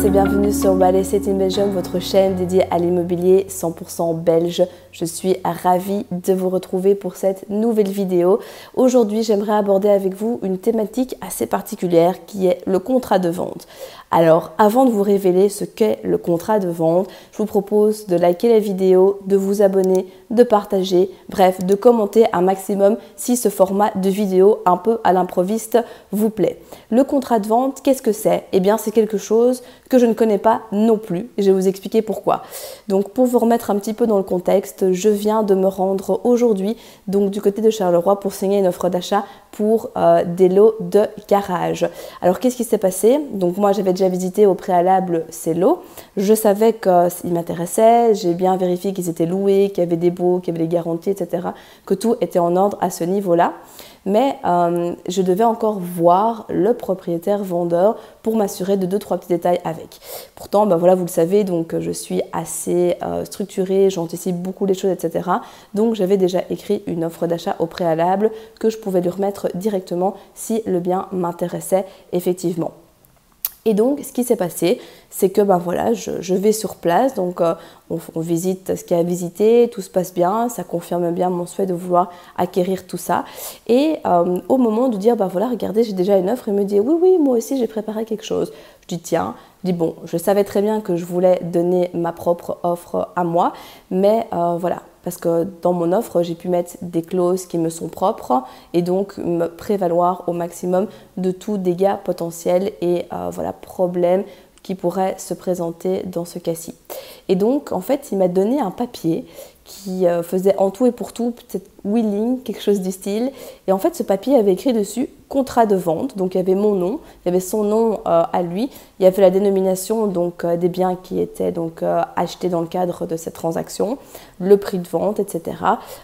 et bienvenue sur Real Estate in Belgium, votre chaîne dédiée à l'immobilier 100% belge. Je suis ravie de vous retrouver pour cette nouvelle vidéo. Aujourd'hui, j'aimerais aborder avec vous une thématique assez particulière qui est le contrat de vente. Alors, avant de vous révéler ce qu'est le contrat de vente, je vous propose de liker la vidéo, de vous abonner, de partager, bref, de commenter un maximum si ce format de vidéo un peu à l'improviste vous plaît. Le contrat de vente, qu'est-ce que c'est? Eh bien, c'est quelque chose que je ne connais pas non plus et je vais vous expliquer pourquoi. Donc, pour vous remettre un petit peu dans le contexte, je viens de me rendre aujourd'hui donc du côté de Charleroi pour signer une offre d'achat pour des lots de garage. Alors, qu'est-ce qui s'est passé? Donc, moi, j'avais déjà visité au préalable ces lots. Je savais qu'ils m'intéressaient, j'ai bien vérifié qu'ils étaient loués, qu'il y avait des baux, qu'il y avait des garanties, etc., que tout était en ordre à ce niveau-là. Mais je devais encore voir le propriétaire vendeur pour m'assurer de 2-3 petits détails avec. Pourtant, ben voilà, vous le savez, donc je suis assez structurée, j'anticipe beaucoup les choses, etc. Donc j'avais déjà écrit une offre d'achat au préalable que je pouvais lui remettre directement si le bien m'intéressait effectivement. Et donc, ce qui s'est passé, c'est que ben voilà, je vais sur place, donc on visite ce qu'il y a à visiter, tout se passe bien, ça confirme bien mon souhait de vouloir acquérir tout ça. Et au moment de dire, ben voilà, regardez, j'ai déjà une offre, il me dit, oui, moi aussi j'ai préparé quelque chose. Je dis, tiens, bon, je savais très bien que je voulais donner ma propre offre à moi, mais voilà. Parce que dans mon offre, j'ai pu mettre des clauses qui me sont propres et donc me prévaloir au maximum de tout dégât potentiel et voilà, problème qui pourrait se présenter dans ce cas-ci. Et donc, en fait, il m'a donné un papier qui faisait en tout et pour tout peut-être 8 lignes, quelque chose du style. Et en fait, ce papier avait écrit dessus « contrat de vente ». Donc, il y avait mon nom, il y avait son nom à lui. Il y avait la dénomination donc, des biens qui étaient donc, achetés dans le cadre de cette transaction, le prix de vente, etc.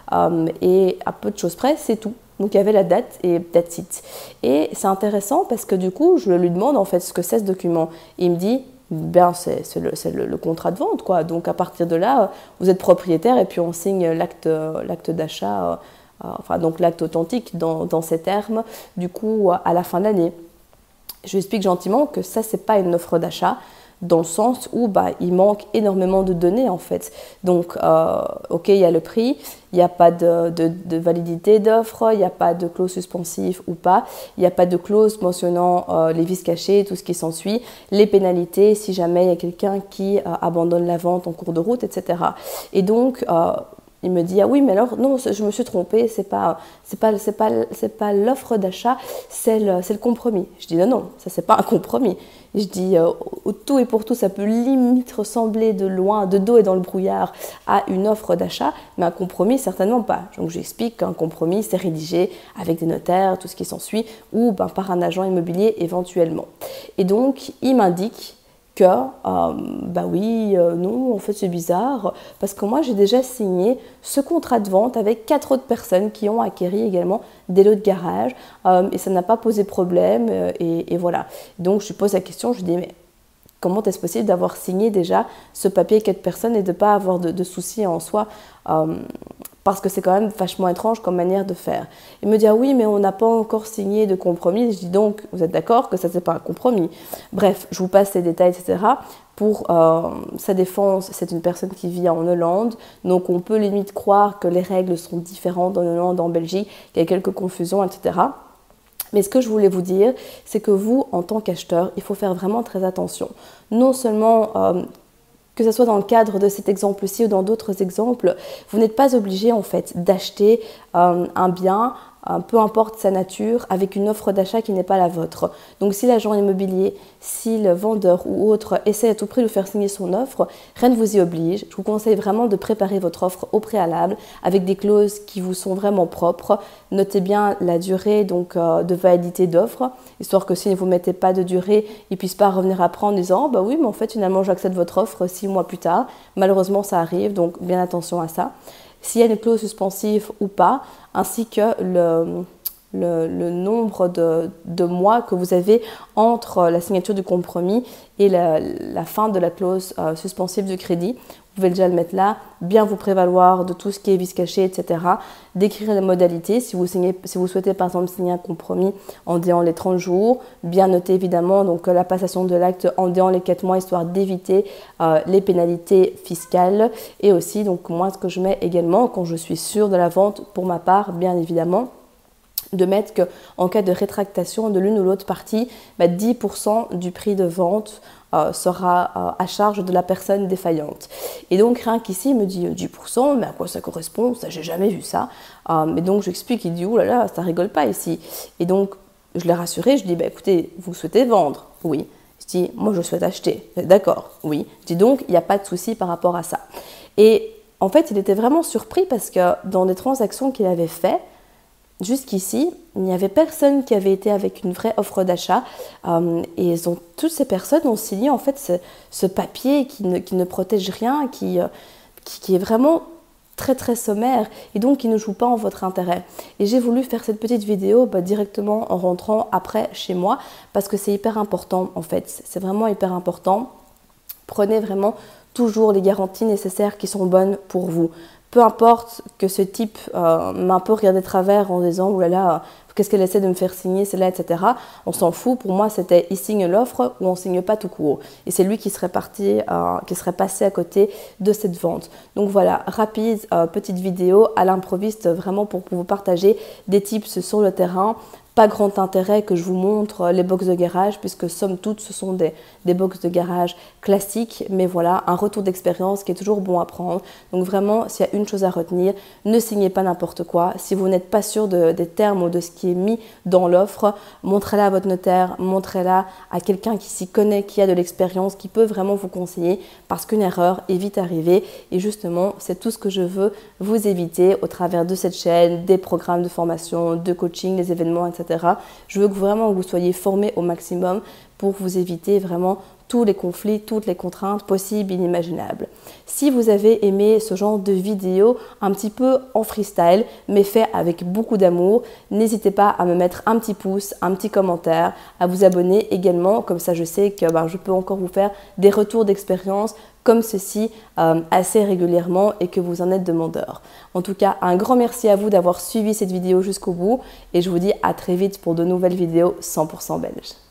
Et à peu de choses près, c'est tout. Donc, il y avait la date et that's it. Et c'est intéressant parce que du coup, je lui demande en fait ce que c'est ce document. Et il me dit, ben, c'est le contrat de vente, quoi. Donc, à partir de là, vous êtes propriétaire et puis on signe l'acte d'achat, enfin, donc l'acte authentique dans ces termes, du coup, à la fin de l'année. Je lui explique gentiment que ça, c'est pas une offre d'achat, dans le sens où bah, il manque énormément de données en fait. Donc, ok, il y a le prix, il n'y a pas de validité d'offre, il n'y a pas de clause suspensive ou pas, il n'y a pas de clause mentionnant les vices cachés, tout ce qui s'ensuit, les pénalités si jamais il y a quelqu'un qui abandonne la vente en cours de route, etc. Et donc, il me dit, ah oui, mais alors, non, je me suis trompée, c'est pas l'offre d'achat, c'est le compromis. Je dis, non, ça, c'est pas un compromis. Je dis, tout et pour tout, ça peut limite ressembler de loin, de dos et dans le brouillard, à une offre d'achat, mais un compromis, certainement pas. Donc, j'explique qu'un compromis, c'est rédigé avec des notaires, tout ce qui s'ensuit, ou ben, par un agent immobilier éventuellement. Et donc, il m'indique que, bah oui, non, en fait c'est bizarre, parce que moi j'ai déjà signé ce contrat de vente avec 4 autres personnes qui ont acquéri également des lots de garage, et ça n'a pas posé problème, et voilà. Donc je lui pose la question, je lui dis, mais comment est-ce possible d'avoir signé déjà ce papier 4 personnes et de ne pas avoir de soucis en soi, parce que c'est quand même vachement étrange comme manière de faire. Il me dit, ah oui, mais on n'a pas encore signé de compromis. Je dis donc, vous êtes d'accord que ça, c'est pas un compromis? Bref, je vous passe les détails, etc. Pour sa défense, c'est une personne qui vit en Hollande, donc on peut limite croire que les règles sont différentes en Hollande, en Belgique, qu'il y a quelques confusions, etc. Mais ce que je voulais vous dire, c'est que vous, en tant qu'acheteur, il faut faire vraiment très attention. Non seulement que ce soit dans le cadre de cet exemple-ci ou dans d'autres exemples, vous n'êtes pas obligé en fait d'acheter un bien, peu importe sa nature, avec une offre d'achat qui n'est pas la vôtre. Donc si l'agent immobilier, si le vendeur ou autre essaie à tout prix de faire signer son offre, rien ne vous y oblige. Je vous conseille vraiment de préparer votre offre au préalable avec des clauses qui vous sont vraiment propres. Notez bien la durée donc, de validité d'offre, histoire que si vous ne mettez pas de durée, ils ne puissent pas revenir après en disant « bah oui, mais en fait finalement j'accepte votre offre 6 mois plus tard ». Malheureusement ça arrive, donc bien attention à ça. S'il y a une clause suspensive ou pas, ainsi que le nombre de mois que vous avez entre la signature du compromis et la fin de la clause suspensive du crédit. Vous pouvez déjà le mettre là, bien vous prévaloir de tout ce qui est vice caché, etc. Décrire les modalités, si vous souhaitez par exemple signer un compromis en déant les 30 jours, bien noter évidemment donc, la passation de l'acte en déant les 4 mois, histoire d'éviter les pénalités fiscales. Et aussi, donc moi ce que je mets également, quand je suis sûre de la vente, pour ma part, bien évidemment, de mettre qu'en cas de rétractation de l'une ou l'autre partie, 10% du prix de vente sera à charge de la personne défaillante. Et donc rien qu'ici, il me dit 10%, mais à quoi ça correspond? Ça, j'ai jamais vu ça. Mais donc j'explique, il dit, oh là là, ça rigole pas ici. Et donc je l'ai rassuré, je dis, écoutez, vous souhaitez vendre? Oui. Je dis, moi je souhaite acheter. D'accord, oui. Je dis donc, il n'y a pas de souci par rapport à ça. Et en fait, il était vraiment surpris parce que dans des transactions qu'il avait faites, jusqu'ici, il n'y avait personne qui avait été avec une vraie offre d'achat et toutes ces personnes ont signé en fait ce papier qui ne protège rien, qui est vraiment très très sommaire et donc qui ne joue pas en votre intérêt. Et j'ai voulu faire cette petite vidéo directement en rentrant après chez moi parce que c'est hyper important en fait, c'est vraiment hyper important. Prenez vraiment toujours les garanties nécessaires qui sont bonnes pour vous. Peu importe que ce type m'a un peu regardé de travers en disant « oulala, qu'est-ce qu'elle essaie de me faire signer, celle-là, etc. » On s'en fout. Pour moi, c'était « il signe l'offre ou on ne signe pas tout court ». Et c'est lui qui serait passé à côté de cette vente. Donc voilà, rapide, petite vidéo à l'improviste, vraiment pour vous partager des tips sur le terrain. Pas grand intérêt que je vous montre les box de garage puisque somme toute ce sont des box de garage classiques, mais voilà, un retour d'expérience qui est toujours bon à prendre. Donc vraiment, s'il y a une chose à retenir, ne signez pas n'importe quoi. Si vous n'êtes pas sûr des termes ou de ce qui est mis dans l'offre, montrez-la à votre notaire, montrez-la à quelqu'un qui s'y connaît, qui a de l'expérience, qui peut vraiment vous conseiller parce qu'une erreur est vite arrivée. Et justement, c'est tout ce que je veux vous éviter au travers de cette chaîne, des programmes de formation, de coaching, des événements, etc. Je veux que vraiment vous soyez formés au maximum pour vous éviter vraiment tous les conflits, toutes les contraintes possibles, inimaginables. Si vous avez aimé ce genre de vidéo un petit peu en freestyle, mais fait avec beaucoup d'amour, n'hésitez pas à me mettre un petit pouce, un petit commentaire, à vous abonner également, comme ça je sais que je peux encore vous faire des retours d'expérience comme ceci assez régulièrement et que vous en êtes demandeur. En tout cas, un grand merci à vous d'avoir suivi cette vidéo jusqu'au bout et je vous dis à très vite pour de nouvelles vidéos 100% belges.